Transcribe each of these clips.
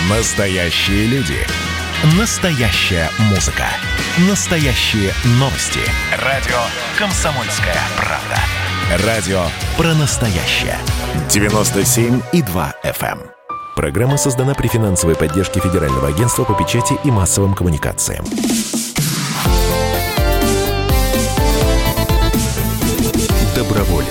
Настоящие люди. Настоящая музыка. Настоящие новости. Радио «Комсомольская правда». Радио про настоящее. 97,2 FM. Программа создана при финансовой поддержке Федерального агентства по печати и массовым коммуникациям. Доброволец.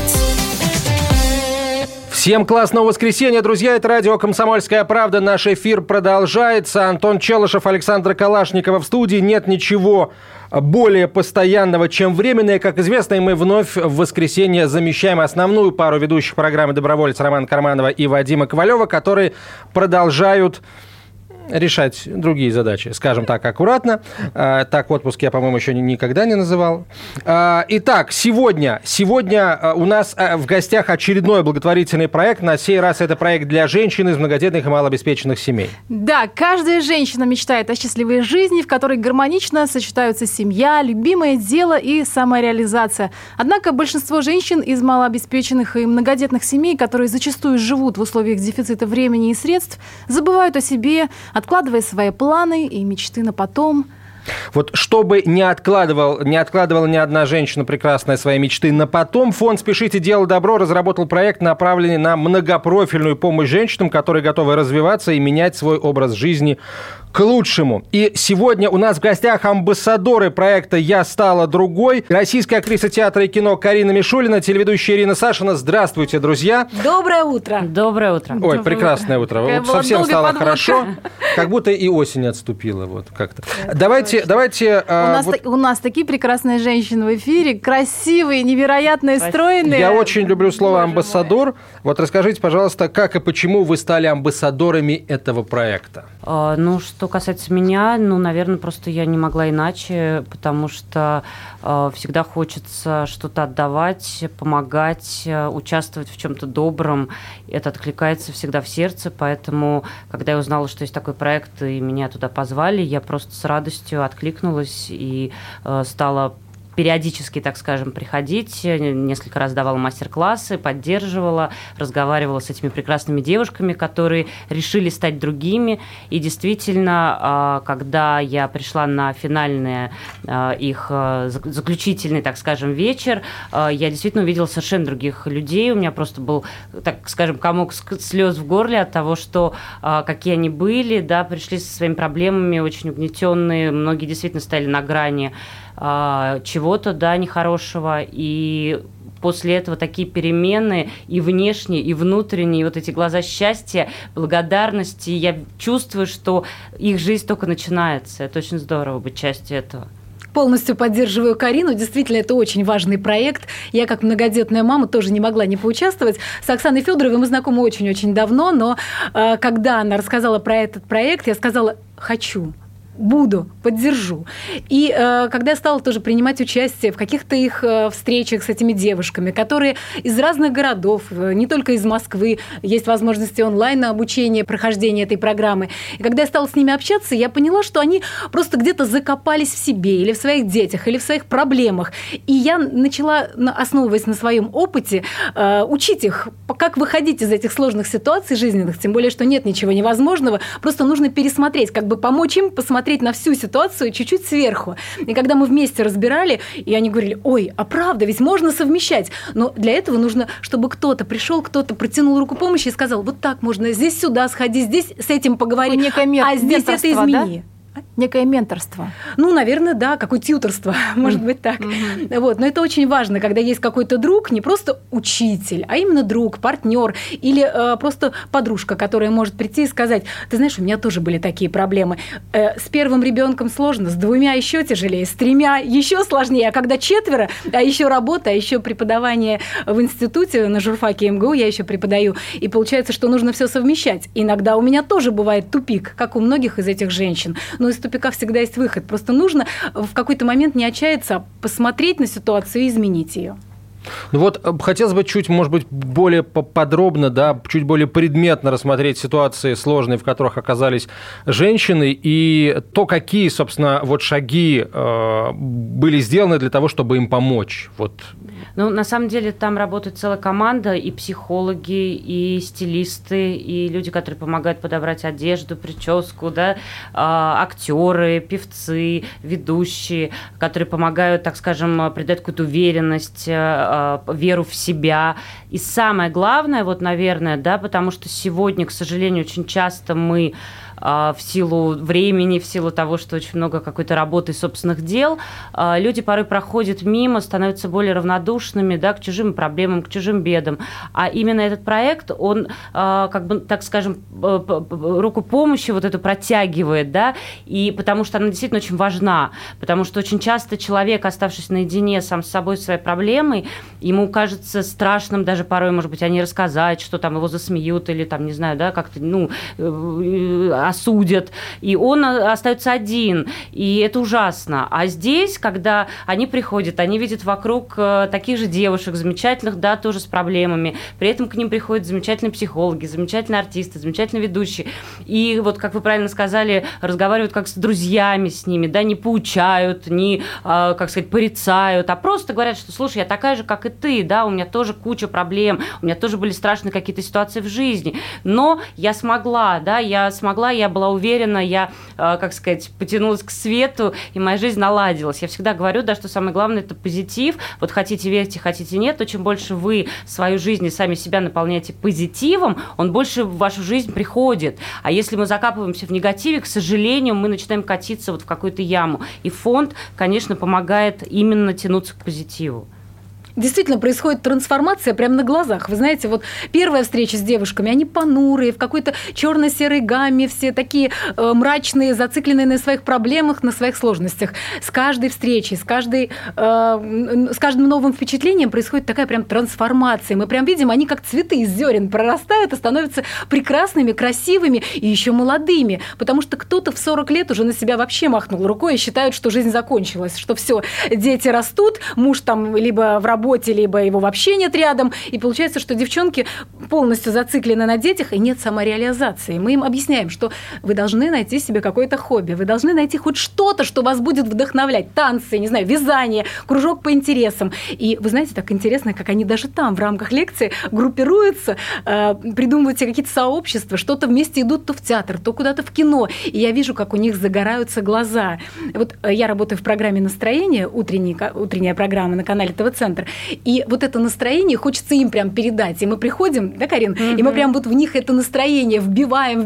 Всем классного воскресенья, друзья. Это радио «Комсомольская правда». Наш эфир продолжается. Антон Челышев, Александра Калашникова в студии. Нет ничего более постоянного, чем временное. Как известно, мы вновь в воскресенье замещаем основную пару ведущих программы «Доброволец» Романа Карманова и Вадима Ковалева, которые продолжают решать другие задачи, скажем так, аккуратно. Так отпуск я, по-моему, еще никогда не называл. Итак, сегодня у нас в гостях очередной благотворительный проект. На сей раз это проект для женщин из многодетных и малообеспеченных семей. Да, каждая женщина мечтает о счастливой жизни, в которой гармонично сочетаются семья, любимое дело и самореализация. Однако большинство женщин из малообеспеченных и многодетных семей, которые зачастую живут в условиях дефицита времени и средств, забывают о себе, откладывая свои планы и мечты на потом. Вот чтобы не откладывала ни одна женщина прекрасная свои мечты на потом, фонд «Спешите делать добро» разработал проект, направленный на многопрофильную помощь женщинам, которые готовы развиваться и менять свой образ жизни к лучшему. И сегодня у нас в гостях амбассадоры проекта «Я стала другой». Российская актриса театра и кино Карина Мишулина, телеведущая Ирина Сашина. Здравствуйте, друзья. Доброе утро. Доброе утро. Ой, прекрасное утро. Вот совсем стало хорошо. Как будто и осень отступила. Вот как-то. Давайте. У нас такие прекрасные женщины в эфире. Красивые, невероятные, стройные. Я очень люблю слово «амбассадор». Вот расскажите, пожалуйста, как и почему вы стали амбассадорами этого проекта? Что касается меня, наверное, просто я не могла иначе, потому что всегда хочется что-то отдавать, помогать, участвовать в чем-то добром. Это откликается всегда в сердце, поэтому, когда я узнала, что есть такой проект, и меня туда позвали, я просто с радостью откликнулась и стала периодически, так скажем, приходить. Несколько раз давала мастер-классы, поддерживала, разговаривала с этими прекрасными девушками, которые решили стать другими. И действительно, когда я пришла на финальный их заключительный, так скажем, вечер, я действительно увидела совершенно других людей. У меня просто был, так скажем, комок слез в горле от того, что какие они были, да, пришли со своими проблемами, очень угнетенные. Многие действительно стояли на грани чего-то, да, нехорошего, и после этого такие перемены и внешние, и внутренние, и вот эти глаза счастья, благодарности, я чувствую, что их жизнь только начинается. Это очень здорово быть частью этого. Полностью поддерживаю Карину. Действительно, это очень важный проект. Я, как многодетная мама, тоже не могла не поучаствовать. С Оксаной Федоровой мы знакомы очень-очень давно, но когда она рассказала про этот проект, я сказала «хочу». Буду, поддержу. И когда я стала тоже принимать участие в каких-то их встречах с этими девушками, которые из разных городов, не только из Москвы, есть возможности онлайн-обучения, прохождения этой программы. И когда я стала с ними общаться, я поняла, что они просто где-то закопались в себе или в своих детях, или в своих проблемах. И я начала, основываясь на своем опыте, учить их, как выходить из этих сложных ситуаций жизненных, тем более, что нет ничего невозможного, просто нужно пересмотреть, как бы помочь им посмотреть на всю ситуацию чуть-чуть сверху. И когда мы вместе разбирали, и они говорили, ой, а правда, ведь можно совмещать. Но для этого нужно, чтобы кто-то пришел, кто-то протянул руку помощи и сказал, вот так можно, здесь сюда сходи, здесь с этим поговори, а здесь это измени. Да? Некое менторство. Наверное, да, какое тьюторство, может быть так. Вот. Но это очень важно, когда есть какой-то друг, не просто учитель, а именно друг, партнер или просто подружка, которая может прийти и сказать, ты знаешь, у меня тоже были такие проблемы. С первым ребенком сложно, с двумя еще тяжелее, с тремя еще сложнее, а когда четверо, а еще работа, а еще преподавание в институте на журфаке МГУ я еще преподаю, и получается, что нужно все совмещать. Иногда у меня тоже бывает тупик, как у многих из этих женщин. Но из тупика всегда есть выход. Просто нужно в какой-то момент не отчаяться, а посмотреть на ситуацию и изменить ее. Ну вот хотелось бы чуть, может быть, более подробно, да, чуть более предметно рассмотреть ситуации сложные, в которых оказались женщины, и то, какие, собственно, вот шаги были сделаны для того, чтобы им помочь. Вот. Ну, на самом деле, там работает целая команда, и психологи, и стилисты, и люди, которые помогают подобрать одежду, прическу, да, актеры, певцы, ведущие, которые помогают, так скажем, придать какую-то уверенность, веру в себя. И самое главное, вот, наверное, да, потому что сегодня, к сожалению, очень часто мы в силу времени, в силу того, что очень много какой-то работы и собственных дел, люди порой проходят мимо, становятся более равнодушными, да, к чужим проблемам, к чужим бедам. А именно этот проект, он, как бы, так скажем, руку помощи вот эту протягивает, да, и потому что она действительно очень важна, потому что очень часто человек, оставшись наедине сам с собой, своей проблемой, ему кажется страшным даже порой, может быть, о ней рассказать, что там его засмеют или там, не знаю, да, как-то, ну, осудят, и он остается один, и это ужасно. А здесь, когда они приходят, они видят вокруг таких же девушек, замечательных, да, тоже с проблемами, при этом к ним приходят замечательные психологи, замечательные артисты, замечательные ведущие, и вот, как вы правильно сказали, разговаривают как с друзьями с ними, да, не поучают, не, как сказать, порицают, а просто говорят, что, слушай, я такая же, как и ты, да, у меня тоже куча проблем, у меня тоже были страшные какие-то ситуации в жизни, но я смогла, да, я была уверена, я, как сказать, потянулась к свету, и моя жизнь наладилась. Я всегда говорю, да, что самое главное – это позитив. Вот хотите верьте, хотите нет, то чем больше вы свою жизнь и сами себя наполняете позитивом, он больше в вашу жизнь приходит. А если мы закапываемся в негативе, к сожалению, мы начинаем катиться вот в какую-то яму. И фонд, конечно, помогает именно тянуться к позитиву. Действительно, происходит трансформация прямо на глазах. Вы знаете, вот первая встреча с девушками, они понурые, в какой-то черно-серой гамме, все такие мрачные, зацикленные на своих проблемах, на своих сложностях. С каждой встречей, с каждым новым впечатлением происходит такая прям трансформация. Мы прям видим, они как цветы из зерен прорастают и становятся прекрасными, красивыми и еще молодыми. Потому что кто-то в 40 лет уже на себя вообще махнул рукой и считает, что жизнь закончилась, что все, дети растут, муж там либо в работе, либо его вообще нет рядом. И получается, что девчонки полностью зациклены на детях, и нет самореализации. Мы им объясняем, что вы должны найти себе какое-то хобби, вы должны найти хоть что-то, что вас будет вдохновлять. Танцы, не знаю, вязание, кружок по интересам. И вы знаете, так интересно, как они даже там в рамках лекции группируются, придумывают себе какие-то сообщества, что-то вместе идут то в театр, то куда-то в кино. И я вижу, как у них загораются глаза. Вот я работаю в программе «Настроение», утренняя программа на канале ТВ-центр. И вот это настроение хочется им прям передать. И мы приходим, да, Карин, и мы прям вот в них это настроение вбиваем.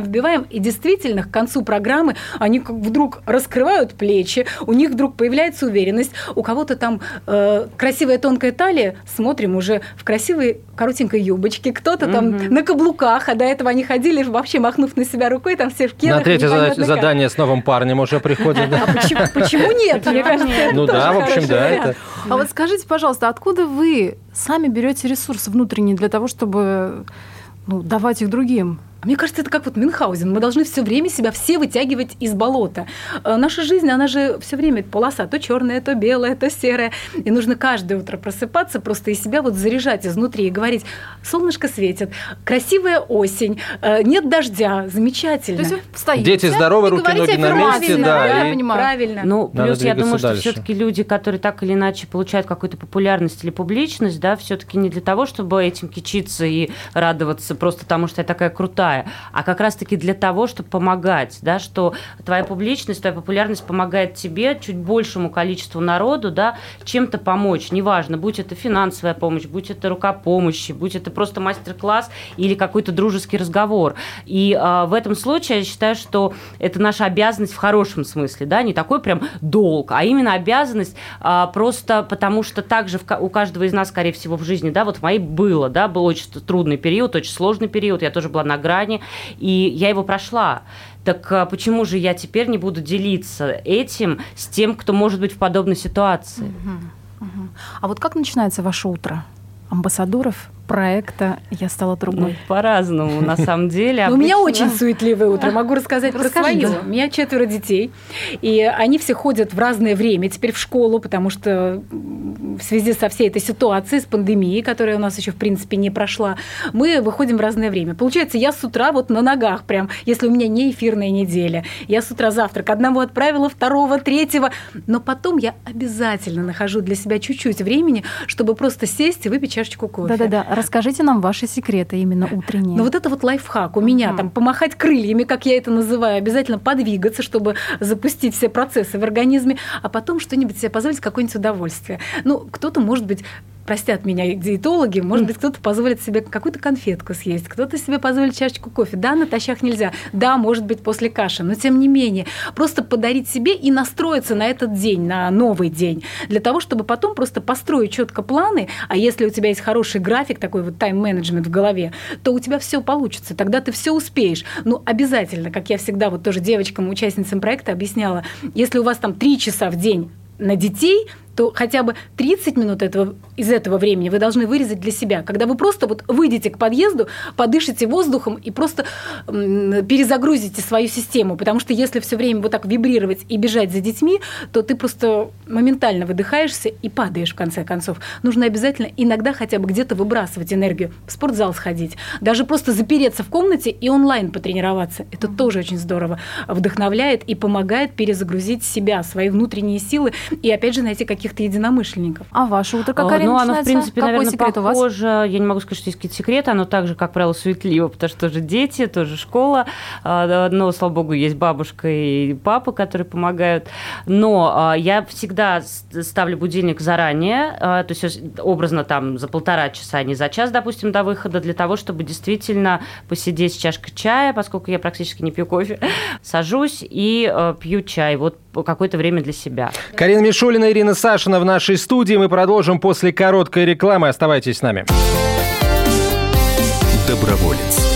И действительно, к концу программы они как вдруг раскрывают плечи, у них вдруг появляется уверенность. У кого-то там красивая тонкая талия, смотрим уже в красивой коротенькой юбочке, кто-то там на каблуках, а до этого они ходили, вообще махнув на себя рукой, там все в кедах. На третье задание с новым парнем уже приходит. А почему нет? Мне кажется, ну да, в общем, да. Это... А вот скажите, пожалуйста, откуда вы сами берете ресурсы внутренние для того, чтобы давать их другим? Мне кажется, это как вот Мюнхгаузен. Мы должны все время себя все вытягивать из болота. Наша жизнь, она же все время полоса, то черная, то белая, то серая. И нужно каждое утро просыпаться, просто из себя вот заряжать изнутри и говорить: солнышко светит, красивая осень, нет дождя, замечательно. То есть вы встаете, дети здоровы, руки, ноги на месте, да. Я понимаю. Правильно. Ну, плюс я думаю, что все-таки люди, которые так или иначе получают какую-то популярность или публичность, да, все-таки не для того, чтобы этим кичиться и радоваться просто тому, что я такая крутая, а как раз-таки для того, чтобы помогать, да, что твоя публичность, твоя популярность помогает тебе, чуть большему количеству народу, да, чем-то помочь. Неважно, будь это финансовая помощь, будь это рука помощи, будь это просто мастер-класс или какой-то дружеский разговор. И в этом случае я считаю, что это наша обязанность в хорошем смысле, да, не такой прям долг, а именно обязанность просто потому, что также у каждого из нас, скорее всего, в жизни, да, вот в моей был очень трудный период, очень сложный период, я тоже была на грани, и я его прошла. Так почему же я теперь не буду делиться этим с тем, кто может быть в подобной ситуации? А вот как начинается ваше утро? Амбассадоров проекта «Я стала другой». Ну, по-разному, на самом деле. У меня очень суетливое утро. Могу рассказать про свое. У меня 4 детей, и они все ходят в разное время. Теперь в школу, потому что в связи со всей этой ситуацией, с пандемией, которая у нас еще, в принципе, не прошла, мы выходим в разное время. Получается, я с утра вот на ногах прям, если у меня не эфирная неделя. Я с утра завтрак одного отправила, второго, третьего. Но потом я обязательно нахожу для себя чуть-чуть времени, чтобы просто сесть и выпить чашечку кофе. Да-да-да. Расскажите нам ваши секреты именно утренние. Ну вот это вот лайфхак у меня. Там помахать крыльями, как я это называю, обязательно подвигаться, чтобы запустить все процессы в организме, а потом что-нибудь себе позволить, какое-нибудь удовольствие. Ну, кто-то, может быть, простят меня диетологи, может быть, кто-то позволит себе какую-то конфетку съесть, кто-то себе позволит чашечку кофе. Да, натощак нельзя. Да, может быть, после каши. Но, тем не менее, просто подарить себе и настроиться на этот день, на новый день, для того, чтобы потом просто построить четко планы. А если у тебя есть хороший график, такой вот тайм-менеджмент в голове, то у тебя все получится. Тогда ты все успеешь. Ну, обязательно, как я всегда вот тоже девочкам, участницам проекта объясняла, если у вас там 3 часа в день на детей, то хотя бы 30 минут из этого времени вы должны вырезать для себя. Когда вы просто вот выйдете к подъезду, подышите воздухом и просто перезагрузите свою систему. Потому что если все время вот так вибрировать и бежать за детьми, то ты просто моментально выдыхаешься и падаешь в конце концов. Нужно обязательно иногда хотя бы где-то выбрасывать энергию, в спортзал сходить, даже просто запереться в комнате и онлайн потренироваться. Это тоже очень здорово вдохновляет и помогает перезагрузить себя, свои внутренние силы и опять же найти каких-то единомышленников. А ваше утро как начинается? Ну, оно, в принципе, какой наверное, секрет похоже. У вас? Я не могу сказать, что есть какие-то секреты. Оно также, как правило, суетливо, потому что тоже дети, тоже школа. Но, слава богу, есть бабушка и папа, которые помогают. Но я всегда ставлю будильник заранее, то есть образно там за 1,5 часа, а не за час, допустим, до выхода, для того, чтобы действительно посидеть с чашкой чая, поскольку я практически не пью кофе, сажусь и пью чай. Вот какое-то время для себя. Карина Мишулина, Ирина Сашина в нашей студии. Мы продолжим после короткой рекламы. Оставайтесь с нами. Доброволец.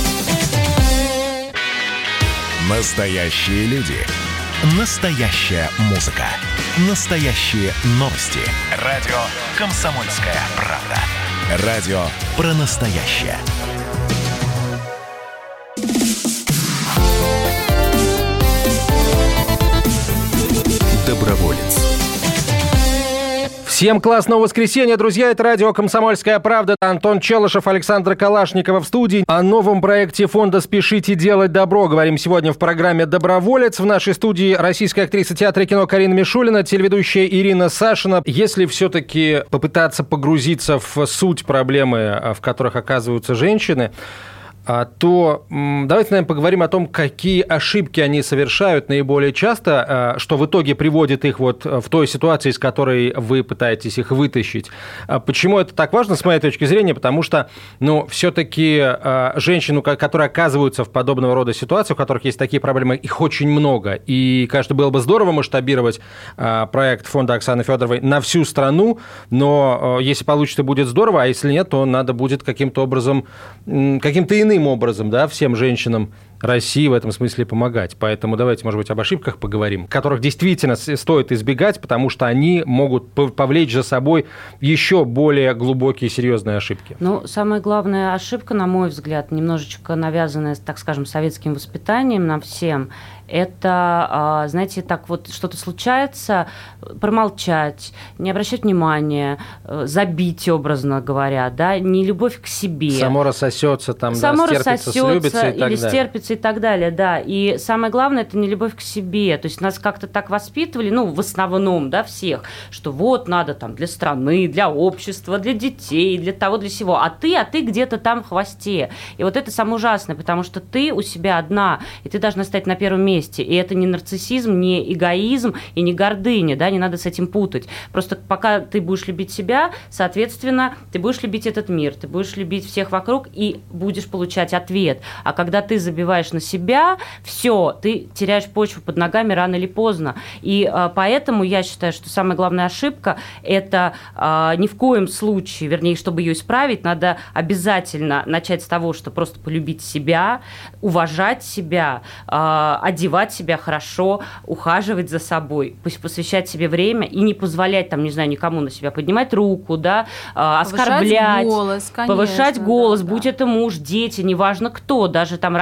Настоящие люди. Настоящая музыка. Настоящие новости. Радио «Комсомольская правда». Радио про настоящее. Доброволец. Всем классного воскресенья, друзья. Это радио «Комсомольская правда». Антон Челышев, Александра Калашникова в студии. О новом проекте фонда «Спешите делать добро» говорим сегодня в программе «Доброволец». В нашей студии российская актриса театра и кино Карина Мишулина, телеведущая Ирина Сашина. Если все-таки попытаться погрузиться в суть проблемы, в которых оказываются женщины, то давайте, наверное, поговорим о том, какие ошибки они совершают наиболее часто, что в итоге приводит их вот в той ситуации, из которой вы пытаетесь их вытащить. Почему это так важно, с моей точки зрения? Потому что, все-таки женщин, которые оказываются в подобного рода ситуациях, у которых есть такие проблемы, их очень много. И, конечно, было бы здорово масштабировать проект фонда Оксаны Федоровой на всю страну, но если получится, будет здорово, а если нет, то надо будет каким-то иным образом, да, всем женщинам России в этом смысле помогать. Поэтому давайте, может быть, об ошибках поговорим, которых действительно стоит избегать, потому что они могут повлечь за собой еще более глубокие и серьезные ошибки. Самая главная ошибка, на мой взгляд, немножечко навязанная, так скажем, советским воспитанием нам всем, это, знаете, так вот что-то случается, промолчать, не обращать внимания, забить, образно говоря, да, не любовь к себе. Само рассосется, там, стерпится, слюбится и так далее. Или стерпится и так далее, да. И самое главное, это не любовь к себе. То есть нас как-то так воспитывали, в основном, да, всех, что вот надо там для страны, для общества, для детей, для того, для всего. А ты где-то там в хвосте. И вот это самое ужасное, потому что ты у себя одна, и ты должна стоять на первом месте. И это не нарциссизм, не эгоизм и не гордыня, да, не надо с этим путать. Просто пока ты будешь любить себя, соответственно, ты будешь любить этот мир, ты будешь любить всех вокруг и будешь получать ответ. А когда ты забиваешь на себя, все, ты теряешь почву под ногами рано или поздно. И поэтому я считаю, что самая главная ошибка – это ни в коем случае, вернее, чтобы ее исправить, надо обязательно начать с того, что просто полюбить себя, уважать себя, одевать себя хорошо, ухаживать за собой, посвящать себе время и не позволять, никому на себя поднимать руку, да, оскорблять, повышать голос, будь это муж, дети, неважно кто, даже там родители,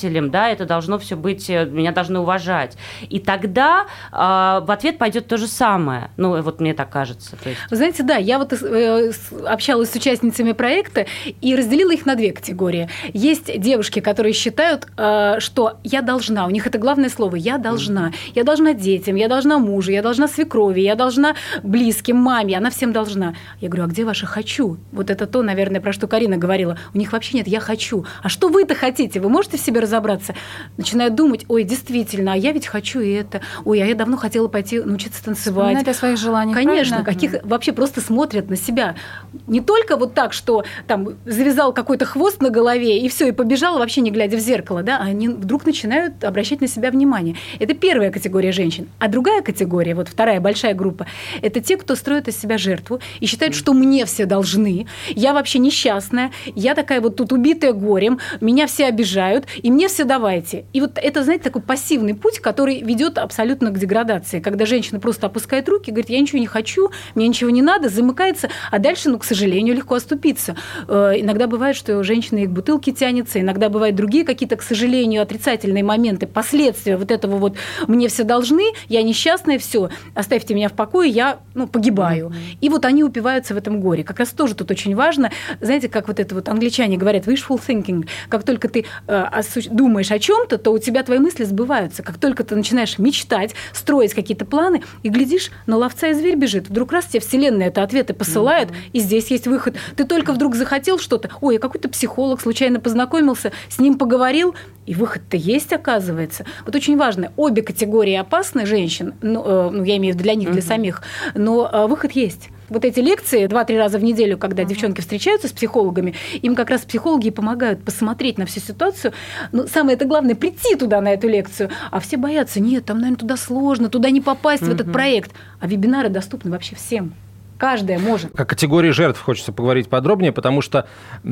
учителем, да, это должно все быть, меня должны уважать. И тогда в ответ пойдет то же самое. Ну, вот мне так кажется. То есть... Вы знаете, да, я вот общалась с участницами проекта и разделила их на две категории. Есть девушки, которые считают, что я должна, у них это главное слово, я должна детям, я должна мужу, я должна свекрови, я должна близким, маме, она всем должна. Я говорю, а где ваше «хочу»? Вот это то, наверное, про что Карина говорила. У них вообще нет «я хочу». А что вы-то хотите? Вы можете в себе разобраться? Начинают думать, ой, действительно, а я ведь хочу и это. Ой, а я давно хотела пойти научиться танцевать. Вспоминать о своих желаниях. Конечно, правильно? каких вообще просто смотрят на себя. Не только вот так, что там завязал какой-то хвост на голове и все, и побежал, вообще не глядя в зеркало, да, они вдруг начинают обращать на себя внимание. Это первая категория женщин. А другая категория, вот вторая большая группа, это те, кто строит из себя жертву и считает, что мне все должны, я вообще несчастная, я такая вот тут убитая горем, меня все обижают, и мне все давайте. И вот это, знаете, такой пассивный путь, который ведет абсолютно к деградации, когда женщина просто опускает руки, говорит, я ничего не хочу, мне ничего не надо, замыкается, а дальше, к сожалению, легко оступиться. Иногда бывает, что женщина и к бутылке тянется, иногда бывают другие какие-то, к сожалению, отрицательные моменты, последствия вот этого вот «мне все должны», «я несчастная», все, оставьте меня в покое, я погибаю. И вот они упиваются в этом горе. Как раз тоже тут очень важно, знаете, как вот это вот англичане говорят, wishful thinking, как только ты думаешь о чем-то, то у тебя твои мысли сбываются. Как только ты начинаешь мечтать, строить какие-то планы, и глядишь, на ловца и зверь бежит. Вдруг раз тебе вселенная это ответы посылает, и здесь есть выход. Ты только вдруг захотел что-то, ой, какой-то психолог случайно познакомился, с ним поговорил, и выход-то есть, оказывается. Вот очень важно, обе категории опасны женщин, я имею в виду для них, для самих, но выход есть. Вот эти лекции 2-3 раза в неделю, когда девчонки встречаются с психологами, им как раз психологи помогают посмотреть на всю ситуацию. Но самое это главное – прийти туда, на эту лекцию. А все боятся, нет, там, наверное, туда сложно, туда не попасть, в этот проект. А вебинары доступны вообще всем. Каждая может. О категории жертв хочется поговорить подробнее, потому что,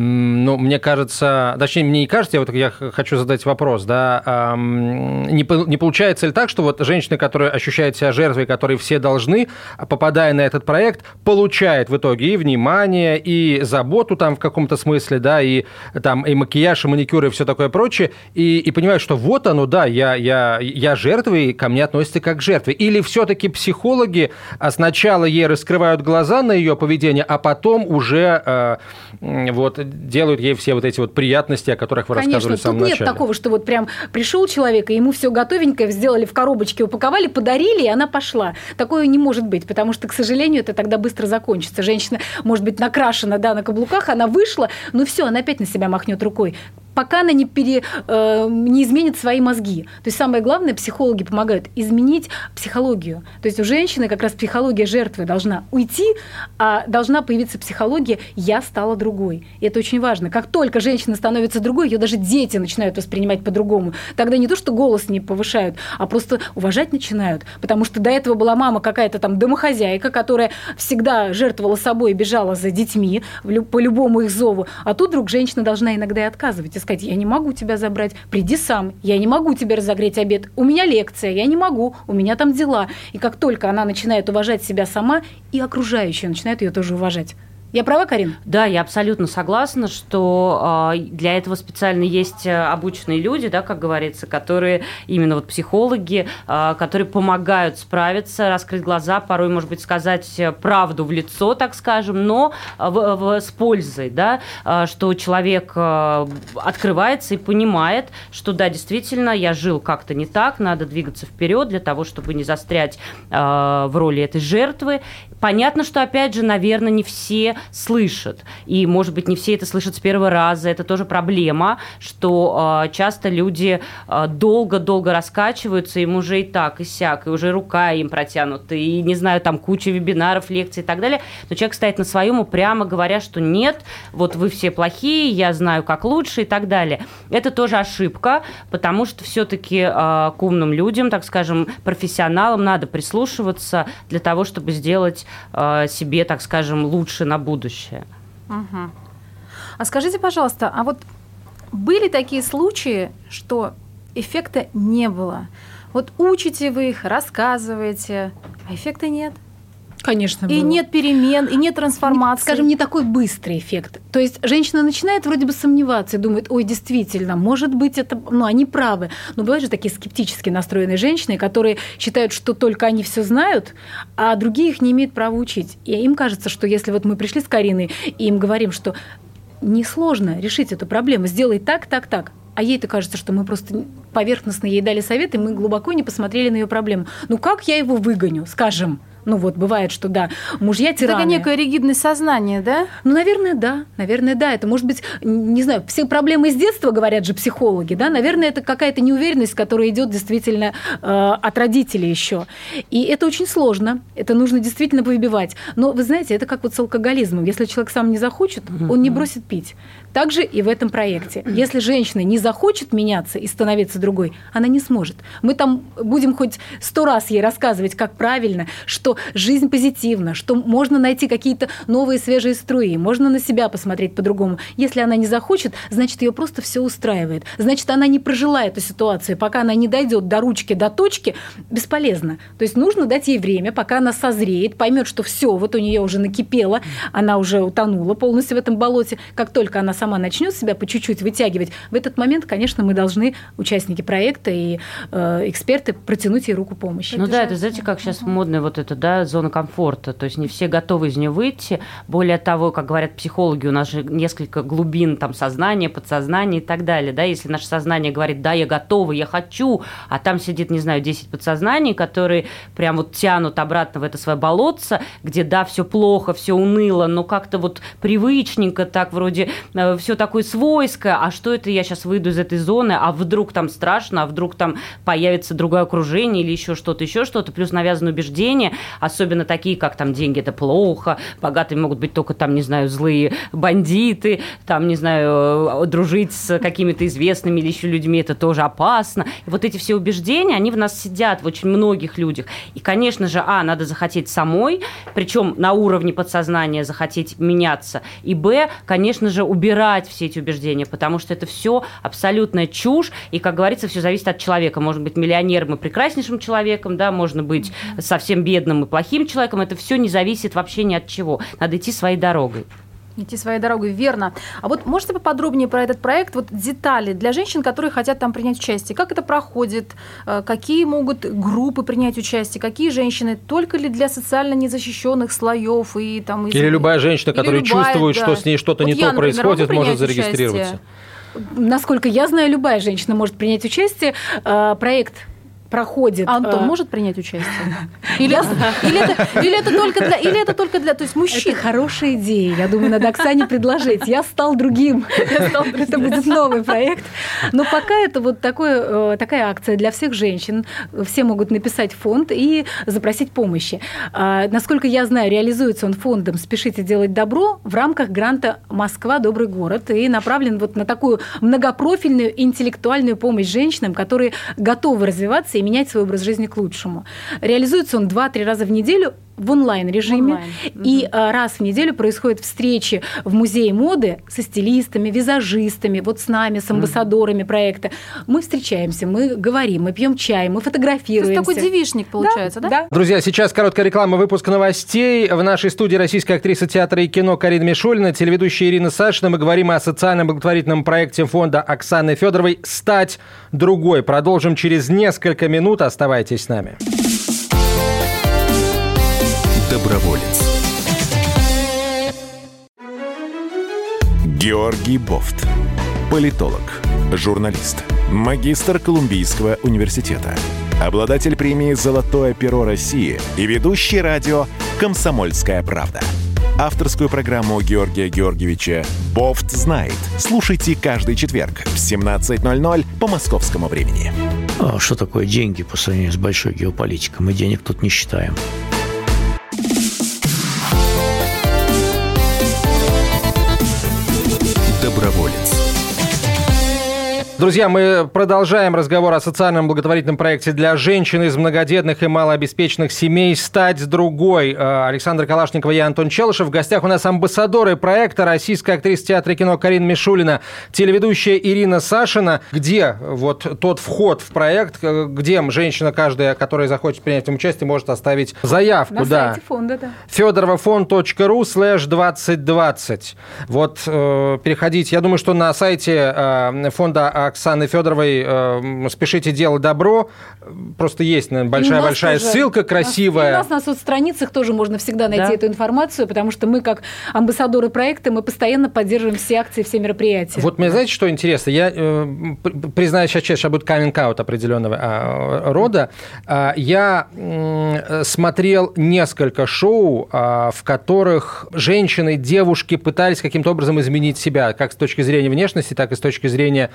мне кажется, точнее, мне не кажется, я хочу задать вопрос, да, не получается ли так, что вот женщина, которая ощущает себя жертвой, которые все должны, попадая на этот проект, получает в итоге и внимание, и заботу там в каком-то смысле, да, и там и макияж, и маникюр, и все такое прочее, и понимает, что вот оно, да, я жертва, и ко мне относятся как к жертве. Или все-таки психологи сначала ей раскрывают глаза на ее поведение, а потом уже делают ей все вот эти вот приятности, о которых вы рассказывали в самом начале. Конечно, тут нет такого, что вот прям пришел человек, и ему все готовенькое сделали в коробочке, упаковали, подарили, и она пошла. Такое не может быть, потому что, к сожалению, это тогда быстро закончится. Женщина может быть накрашена, да, на каблуках, она вышла, но все, она опять на себя махнет рукой, пока она не изменит свои мозги. То есть самое главное, психологи помогают изменить психологию. То есть у женщины как раз психология жертвы должна уйти, а должна появиться психология «я стала другой». И это очень важно. Как только женщина становится другой, ее даже дети начинают воспринимать по-другому. Тогда не то, что голос не повышают, а просто уважать начинают. Потому что до этого была мама какая-то там домохозяйка, которая всегда жертвовала собой и бежала за детьми по любому их зову. А тут вдруг женщина должна иногда и отказывать, и сказать, я не могу тебя забрать, приди сам, я не могу тебе разогреть обед, у меня лекция, я не могу, у меня там дела. И как только она начинает уважать себя сама, и окружающие начинают ее тоже уважать. Я права, Карин? Да, я абсолютно согласна, что для этого специально есть обученные люди, да, как говорится, которые именно вот психологи, которые помогают справиться, раскрыть глаза, порой, может быть, сказать правду в лицо, так скажем, но с пользой, да, что человек открывается и понимает, что да, действительно, я жил как-то не так, надо двигаться вперед для того, чтобы не застрять в роли этой жертвы. Понятно, что, опять же, наверное, не все слышат. И, может быть, не все это слышат с первого раза. Это тоже проблема, что часто люди долго-долго раскачиваются, им уже и так, и сяк, и уже рука им протянута, и, не знаю, там куча вебинаров, лекций и так далее. Но человек стоит на своем, упрямо говоря, что нет, вот вы все плохие, я знаю, как лучше и так далее. Это тоже ошибка, потому что все-таки к умным людям, так скажем, профессионалам надо прислушиваться для того, чтобы сделать себе, так скажем, лучше на будущее. Угу. А скажите, пожалуйста, а вот были такие случаи, что эффекта не было? Вот учите вы их, рассказываете, а эффекта нет? Конечно, и было. нет перемен, и нет трансформации. Скажем, не такой быстрый эффект. То есть женщина начинает вроде бы сомневаться и думает, ой, действительно, может быть, это, они правы. Но бывают же такие скептически настроенные женщины, которые считают, что только они все знают, а другие их не имеют права учить. И им кажется, что если вот мы пришли с Кариной и им говорим, что несложно решить эту проблему, сделай так, так, так. А ей-то кажется, что мы просто поверхностно ей дали совет, и мы глубоко не посмотрели на ее проблему. Ну как я его выгоню, скажем? Ну вот, бывает, что да, мужья тираны. Это некое ригидность сознания, да? Ну, наверное, да. Это может быть, не знаю, все проблемы из детства, говорят же психологи, да, наверное, это какая-то неуверенность, которая идет действительно от родителей еще. И это очень сложно, это нужно действительно выбивать. Но, вы знаете, это как вот с алкоголизмом. Если человек сам не захочет, он не бросит пить. Так же и в этом проекте. Если женщина не захочет меняться и становиться другой, она не сможет. Мы там будем хоть 100 раз ей рассказывать, как правильно, что жизнь позитивна, что можно найти какие-то новые свежие струи, можно на себя посмотреть по-другому. Если она не захочет, значит, ее просто все устраивает. Значит, она не прожила эту ситуацию. Пока она не дойдет до ручки, до точки, бесполезно. То есть нужно дать ей время, пока она созреет, поймет, что все, вот у нее уже накипело, она уже утонула полностью в этом болоте. Как только она сама начнет себя по чуть-чуть вытягивать, в этот момент, конечно, мы должны, участники проекта и эксперты, протянуть ей руку помощи. Ну да, это знаете, как сейчас модно вот это, да, зона комфорта, то есть не все готовы из нее выйти. Более того, как говорят психологи, у нас же несколько глубин там сознания, подсознания и так далее, да, если наше сознание говорит, да, я готова, я хочу, а там сидит, не знаю, 10 подсознаний, которые прям вот тянут обратно в это свое болотце, где, да, все плохо, все уныло, но как-то вот привычненько, так вроде все такое свойское, а что это я сейчас выйду из этой зоны, а вдруг там страшно, а вдруг там появится другое окружение или еще что-то, плюс навязаны убеждения, особенно такие, как там деньги – это плохо, богатые могут быть только там, не знаю, злые бандиты, там, не знаю, дружить с какими-то известными или еще людьми – это тоже опасно. И вот эти все убеждения, они в нас сидят, в очень многих людях. И, конечно же, надо захотеть самой, причем на уровне подсознания захотеть меняться, и, конечно же, убирать все эти убеждения, потому что это все абсолютная чушь, и, как говорится, все зависит от человека. Можно быть миллионером и прекраснейшим человеком, да, можно быть совсем бедным и плохим человеком, это все не зависит вообще ни от чего. Надо идти своей дорогой. Идти своей дорогой, верно. А вот можете поподробнее про этот проект, вот детали для женщин, которые хотят там принять участие? Как это проходит? Какие могут группы принять участие? Какие женщины? Только ли для социально незащищенных слоев? И, там, или любая женщина, которая чувствует, да, что с ней что-то вот не то происходит, может зарегистрироваться? Насколько я знаю, любая женщина может принять участие. Проект проходит. Антон может принять участие? Или это только для, то есть мужчин? Это хорошая идея. Я думаю, надо Оксане предложить. Я стал другим. Это будет новый проект. Но пока это вот такая акция для всех женщин. Все могут написать в фонд и запросить помощи. Насколько я знаю, реализуется он фондом «Спешите делать добро» в рамках гранта «Москва. Добрый город» и направлен вот на такую многопрофильную интеллектуальную помощь женщинам, которые готовы развиваться и менять свой образ жизни к лучшему. Реализуется он 2-3 раза в неделю в онлайн-режиме. И раз в неделю происходят встречи в музее моды со стилистами, визажистами, вот с нами, с амбассадорами проекта. Мы встречаемся, мы говорим, мы пьем чай, мы фотографируемся. То есть такой девичник получается, да? Да. Друзья, сейчас короткая реклама, выпуск новостей. В нашей студии российская актриса театра и кино Карина Мишулина, телеведущая Ирина Сашина. Мы говорим о социальном благотворительном проекте фонда Оксаны Федоровой «Стать другой». Продолжим через несколько минут. Оставайтесь с нами. Доброволец. Георгий Бофт. Политолог, журналист, магистр Колумбийского университета, обладатель премии «Золотое перо России» и ведущий радио «Комсомольская правда». Авторскую программу Георгия Георгиевича «Бофт знает». Слушайте каждый четверг в 17:00 по московскому времени. Что такое деньги по сравнению с большой геополитикой? Мы денег тут не считаем. Доброволец. Друзья, мы продолжаем разговор о социальном благотворительном проекте для женщин из многодетных и малообеспеченных семей «Стать другой». Александра Калашникова, я Антон Челышев. В гостях у нас амбассадоры проекта, российская актриса театра и кино Карина Мишулина, телеведущая Ирина Сашина. Где вот тот вход в проект, где женщина каждая, которая захочет принять в нем участие, может оставить заявку? На сайте фонда, да. fedorovafond.ru/2020. Вот переходите. Я думаю, что на сайте фонда Оксаны Федоровой спешите делать добро. Просто есть большая ссылка красивая. У нас на соцстраницах тоже можно всегда найти эту информацию, потому что мы, как амбассадоры проекта, мы постоянно поддерживаем все акции, все мероприятия. Вот мне, знаете, что интересно? Я признаюсь, сейчас будет каминг-аут определенного рода. Я смотрел несколько шоу, в которых женщины, девушки пытались каким-то образом изменить себя, как с точки зрения внешности, так и с точки зрения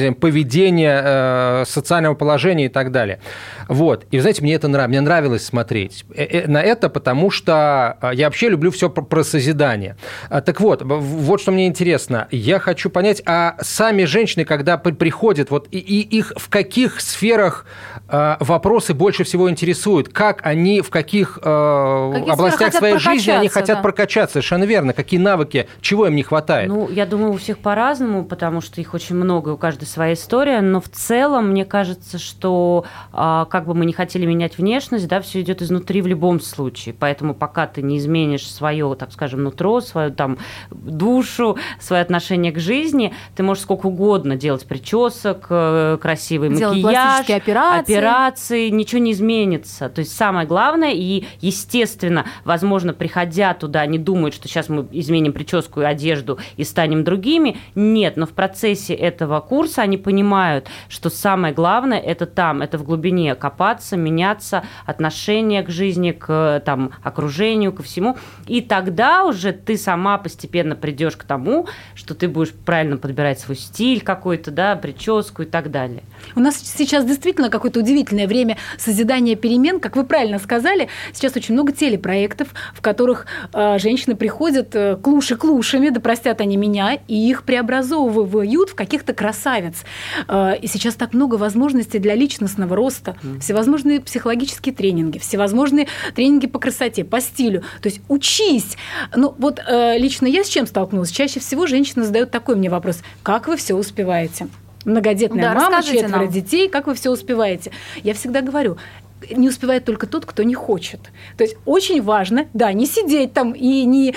поведения, социального положения и так далее. Вот. И, вы знаете, мне нравилось смотреть на это, потому что я вообще люблю все про созидание. Так вот что мне интересно. Я хочу понять, а сами женщины, когда приходят, вот, и их в каких сферах вопросы больше всего интересуют? Как они, в каких областях своей жизни они хотят прокачаться? Совершенно верно. Какие навыки, чего им не хватает? Ну, я думаю, у всех по-разному, потому что их очень много, у каждой своя история, но в целом, мне кажется, что как бы мы ни хотели менять внешность, да, все идет изнутри в любом случае. Поэтому пока ты не изменишь свое, так скажем, нутро, свою там душу, свое отношение к жизни, ты можешь сколько угодно делать причесок, красивый макияж, операции, ничего не изменится. То есть самое главное, и, естественно, возможно, приходя туда, они думают, что сейчас мы изменим прическу и одежду и станем другими. Нет, но в процессе этого курса они понимают, что самое главное это там, это в глубине копаться, меняться, отношение к жизни, к там, окружению, ко всему. И тогда уже ты сама постепенно придешь к тому, что ты будешь правильно подбирать свой стиль какой-то, да, прическу и так далее. У нас сейчас действительно какое-то удивительное время созидания перемен. Как вы правильно сказали, сейчас очень много телепроектов, в которых женщины приходят клуши-клушами, да простят они меня, и их преобразовывают в каких-то красавиц. И сейчас так много возможностей для личностного роста. Всевозможные психологические тренинги, всевозможные тренинги по красоте, по стилю. То есть учись. Ну вот лично я с чем столкнулась? Чаще всего женщина задает такой мне вопрос. Как вы все успеваете? Многодетная мама, 4 детей, как вы все успеваете? Я всегда говорю, не успевает только тот, кто не хочет. То есть очень важно, да, не сидеть там и не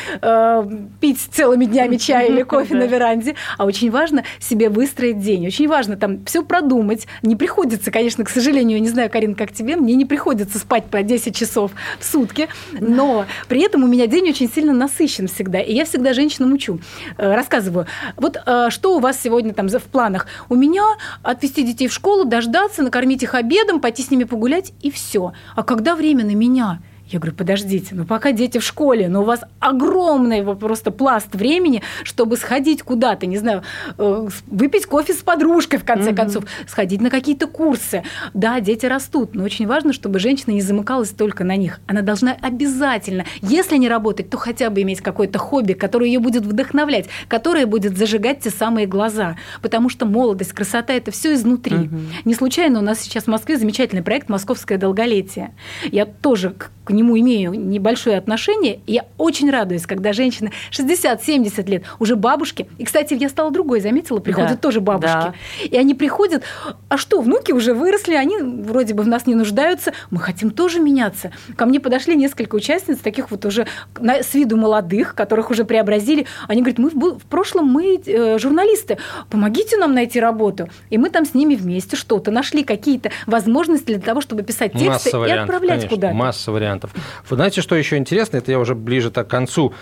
пить целыми днями чай или кофе на веранде, а очень важно себе выстроить день. Очень важно там все продумать. Не приходится, конечно, к сожалению, не знаю, Карин, как тебе, мне не приходится спать по 10 часов в сутки, но при этом у меня день очень сильно насыщен всегда. И я всегда женщинам учу, рассказываю. Вот что у вас сегодня там в планах? У меня отвезти детей в школу, дождаться, накормить их обедом, пойти с ними погулять и все. А когда время на меня? Я говорю, подождите, пока дети в школе, но у вас огромный просто пласт времени, чтобы сходить куда-то, не знаю, выпить кофе с подружкой, в конце концов, сходить на какие-то курсы. Да, дети растут, но очень важно, чтобы женщина не замыкалась только на них. Она должна обязательно, если не работать, то хотя бы иметь какое-то хобби, которое ее будет вдохновлять, которое будет зажигать те самые глаза. Потому что молодость, красота – это все изнутри. Не случайно у нас сейчас в Москве замечательный проект «Московское долголетие». Я тоже к нему имею небольшое отношение. И я очень радуюсь, когда женщины 60-70 лет, уже бабушки. И, кстати, я стала другой, заметила, приходят тоже бабушки. Да. И они приходят, а что, внуки уже выросли, они вроде бы в нас не нуждаются, мы хотим тоже меняться. Ко мне подошли несколько участниц, таких вот уже с виду молодых, которых уже преобразили. Они говорят, в прошлом мы журналисты, помогите нам найти работу. И мы там с ними вместе что-то нашли, какие-то возможности для того, чтобы писать тексты и отправлять куда-то. Масса вариантов. Вы знаете, что еще интересно? Это я уже ближе так к концу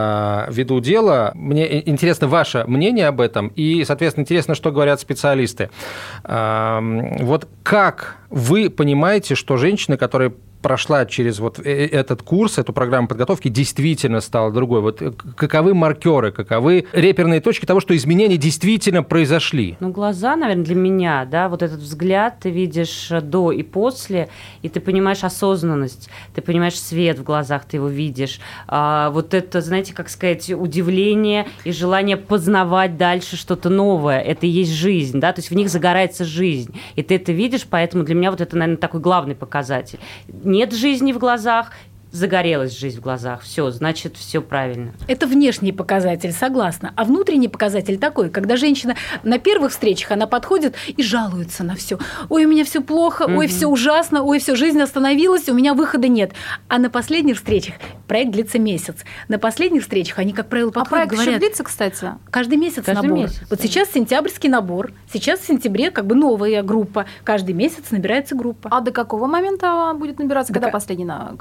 веду дело. Мне интересно ваше мнение об этом, и, соответственно, интересно, что говорят специалисты. Вот как вы понимаете, что женщины, которые прошла через вот этот курс, эту программу подготовки, действительно стала другой? Вот каковы маркеры, каковы реперные точки того, что изменения действительно произошли? Ну, глаза, наверное, для меня, да, вот этот взгляд ты видишь до и после, и ты понимаешь осознанность, ты понимаешь свет в глазах, ты его видишь. Вот это, знаете, как сказать, удивление и желание познавать дальше что-то новое. Это и есть жизнь, да, то есть в них загорается жизнь. И ты это видишь, поэтому для меня вот это, наверное, такой главный показатель. Нет жизни в глазах, загорелась жизнь в глазах. Все, значит, все правильно. Это внешний показатель, согласна. А внутренний показатель такой, когда женщина на первых встречах, она подходит и жалуется на все. Ой, у меня все плохо, ой, все ужасно, ой, все, жизнь остановилась, у меня выхода нет. А на последних встречах, проект длится месяц, на последних встречах они, как правило, подходят, проект говорят... еще длится, кстати? Каждый месяц набор. Месяц, вот сейчас сентябрьский набор, сейчас в сентябре как бы новая группа. Каждый месяц набирается группа. А до какого момента будет набираться? Когда последний набор?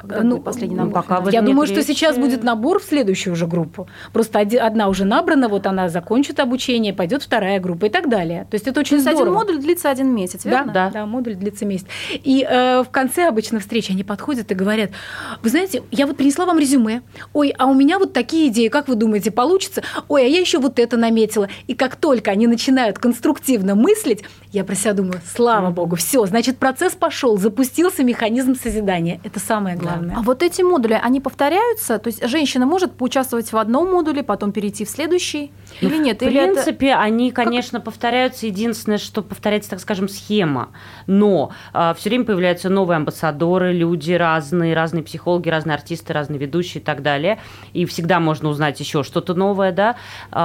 Я думаю, что сейчас будет набор в следующую уже группу. Просто одна уже набрана, вот она закончит обучение, пойдет вторая группа и так далее. То есть это очень здорово. Один модуль длится 1 месяц, верно? Да, модуль длится месяц. И в конце обычно встречи они подходят и говорят: вы знаете, я вот принесла вам резюме. Ой, а у меня вот такие идеи, как вы думаете, получится? Ой, а я еще вот это наметила. И как только они начинают конструктивно мыслить, я про себя думаю: слава богу, все, значит, процесс пошел, запустился механизм созидания. Это самое главное. А вот эти модули, они повторяются? То есть женщина может поучаствовать в одном модуле, потом перейти в следующий или нет? В принципе, они, конечно, повторяются. Единственное, что повторяется, так скажем, схема. Но все время появляются новые амбассадоры, люди разные психологи, разные артисты, разные ведущие и так далее. И всегда можно узнать еще что-то новое, да.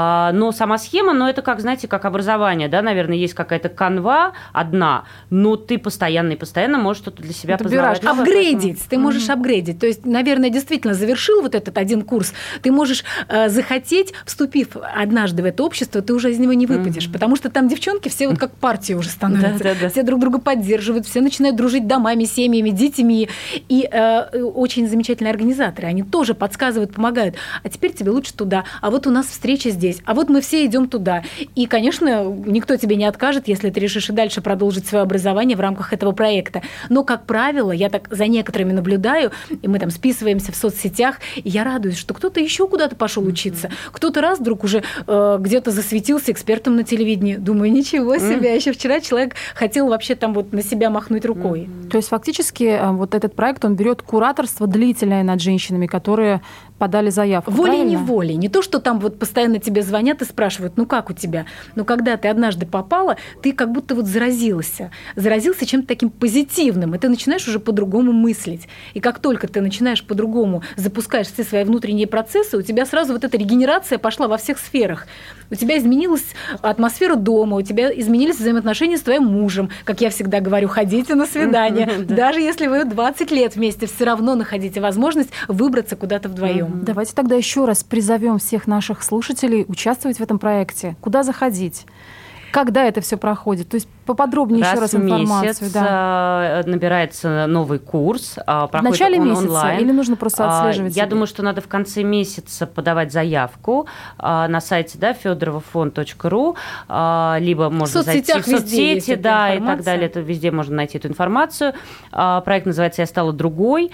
Но сама схема, это как, знаете, как образование, да, наверное, есть какая-то канва одна, но ты постоянно можешь что-то для себя познавать. Апгрейдить, ты можешь апгрейдить. То есть, наверное, действительно завершил вот этот один курс, ты можешь захотеть, вступив однажды в это общество, ты уже из него не выпадешь, потому что там девчонки все вот как партия уже становятся, все друг друга поддерживают, все начинают дружить домами, семьями, детьми, и очень замечательные организаторы, они тоже подсказывают, помогают. А теперь тебе лучше туда, а вот у нас встреча здесь, а вот мы все идем туда. И, конечно, никто тебе не откажет, если ты решишь и дальше продолжить свое образование в рамках этого проекта. Но, как правило, я так за некоторыми наблюдаю, и мы там списываемся в соцсетях, и я радуюсь, что кто-то еще куда-то пошел учиться, кто-то раз вдруг уже где-то засветился экспертом на телевидении. Думаю, ничего себе, еще вчера человек хотел вообще там вот на себя махнуть рукой. То есть фактически вот этот проект, он берет кураторство длительное над женщинами, которые подали заявку. Волей-неволей. Не то, что там вот постоянно тебе звонят и спрашивают: ну как у тебя? Но когда ты однажды попала, ты как будто вот заразился чем-то таким позитивным, и ты начинаешь уже по-другому мыслить. И как только ты начинаешь по-другому, запускаешь все свои внутренние процессы, у тебя сразу вот эта регенерация пошла во всех сферах. У тебя изменилась атмосфера дома, у тебя изменились взаимоотношения с твоим мужем. Как я всегда говорю, ходите на свидание. Даже если вы 20 лет вместе, все равно находите возможность выбраться куда-то вдвоем. Давайте тогда еще раз призовем всех наших слушателей участвовать в этом проекте. Куда заходить? Когда это все проходит? То есть поподробнее еще раз информацию. Раз в месяц набирается новый курс. В начале месяца онлайн. Или нужно просто отслеживать? Я думаю, что надо в конце месяца подавать заявку на сайте fedorovafond.ru, либо можно зайти в соцсети, и так далее. Это везде можно найти эту информацию. Проект называется «Я стала другой».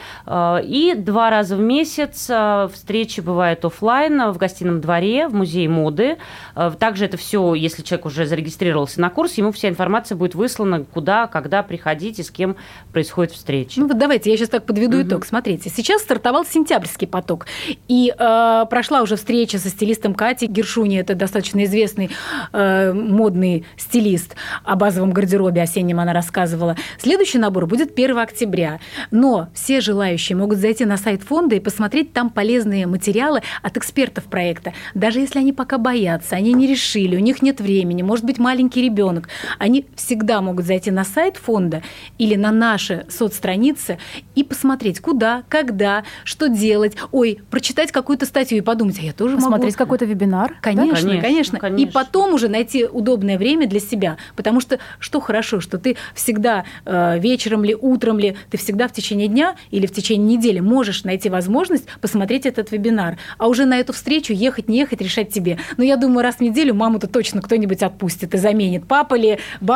И 2 раза в месяц встречи бывают офлайн в гостином дворе, в музее моды. Также это все, если человек уже зарегистрировался на курс, ему вся информация будет выслана, куда, когда приходить и с кем происходит встреча. Ну вот давайте, я сейчас так подведу итог. Смотрите, сейчас стартовал сентябрьский поток, и прошла уже встреча со стилистом Катей Гершуни, это достаточно известный модный стилист, о базовом гардеробе осеннем она рассказывала. Следующий набор будет 1 октября, но все желающие могут зайти на сайт фонда и посмотреть там полезные материалы от экспертов проекта. Даже если они пока боятся, они не решили, у них нет времени, может быть, маленький ребенок, они всегда могут зайти на сайт фонда или на наши соцстраницы и посмотреть, куда, когда, что делать. Ой, прочитать какую-то статью и подумать: а я тоже могу. Посмотреть какой-то вебинар? Конечно. И потом уже найти удобное время для себя. Потому что хорошо, что ты всегда вечером ли, утром ли, ты всегда в течение дня или в течение недели можешь найти возможность посмотреть этот вебинар. А уже на эту встречу ехать, не ехать, решать тебе. Но я думаю, раз в неделю маму-то точно кто-нибудь отпустит и заменит. Папа ли, баба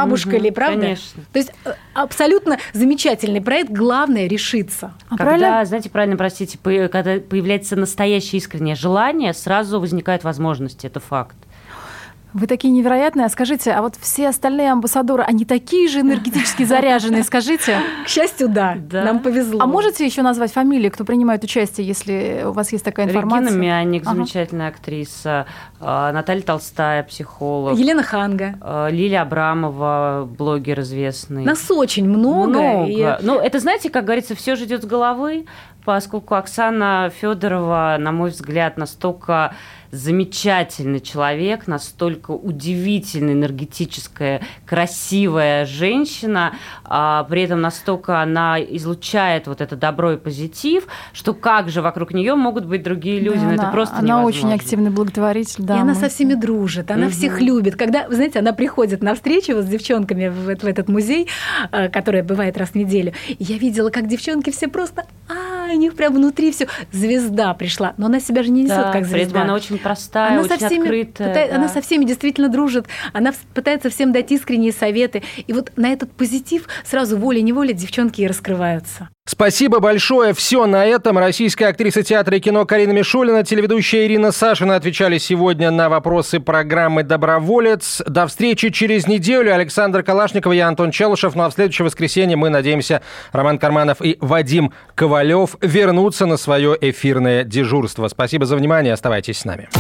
бабушка ли, правда? Конечно. То есть абсолютно замечательный проект. Главное – решиться. Когда, знаете, правильно, простите, когда появляется настоящее искреннее желание, сразу возникают возможности, это факт. Вы такие невероятные. А скажите, а вот все остальные амбассадоры, они такие же энергетически заряженные, скажите? К счастью, да. Нам повезло. А можете еще назвать фамилии, кто принимает участие, если у вас есть такая информация? Регина Мяник, замечательная актриса, Наталья Толстая, психолог. Елена Ханга. Лилия Абрамова, блогер известный. Нас очень много. Ну, это, знаете, как говорится, все же идет с головы, поскольку Оксана Федорова, на мой взгляд, настолько замечательный человек, настолько удивительная, энергетическая, красивая женщина, при этом настолько она излучает вот это добро и позитив, что как же вокруг нее могут быть другие люди, да, это просто она невозможно. очень активный благотворитель. Да, и она со всеми дружит, она всех любит. Когда, вы знаете, она приходит на встречу с девчонками в этот музей, который бывает раз в неделю, и я видела, как девчонки все просто, у них прям внутри все звезда пришла, но она себя же не несет как звезда. При этом она очень простая, она очень открытая. Она со всеми действительно дружит, она пытается всем дать искренние советы. И вот на этот позитив сразу волей-неволей девчонки и раскрываются. Спасибо большое. Все на этом. Российская актриса театра и кино Карина Мишулина, телеведущая Ирина Сашина отвечали сегодня на вопросы программы «Доброволец». До встречи через неделю. Александр Калашников, я Антон Челышев. Ну а в следующее воскресенье мы надеемся, Роман Карманов и Вадим Ковалев вернутся на свое эфирное дежурство. Спасибо за внимание. Оставайтесь с нами.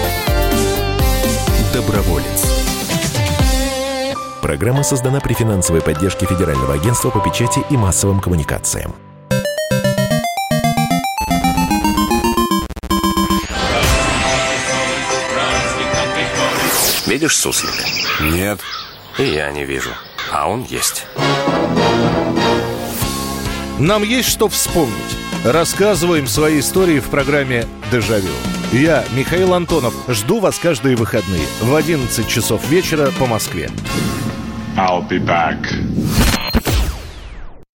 Доброволец. Программа создана при финансовой поддержке Федерального агентства по печати и массовым коммуникациям. Видишь суслика? Нет. И я не вижу. А он есть. Нам есть что вспомнить. Рассказываем свои истории в программе «Дежавю». Я, Михаил Антонов, жду вас каждые выходные в 11 часов вечера по Москве. I'll be back.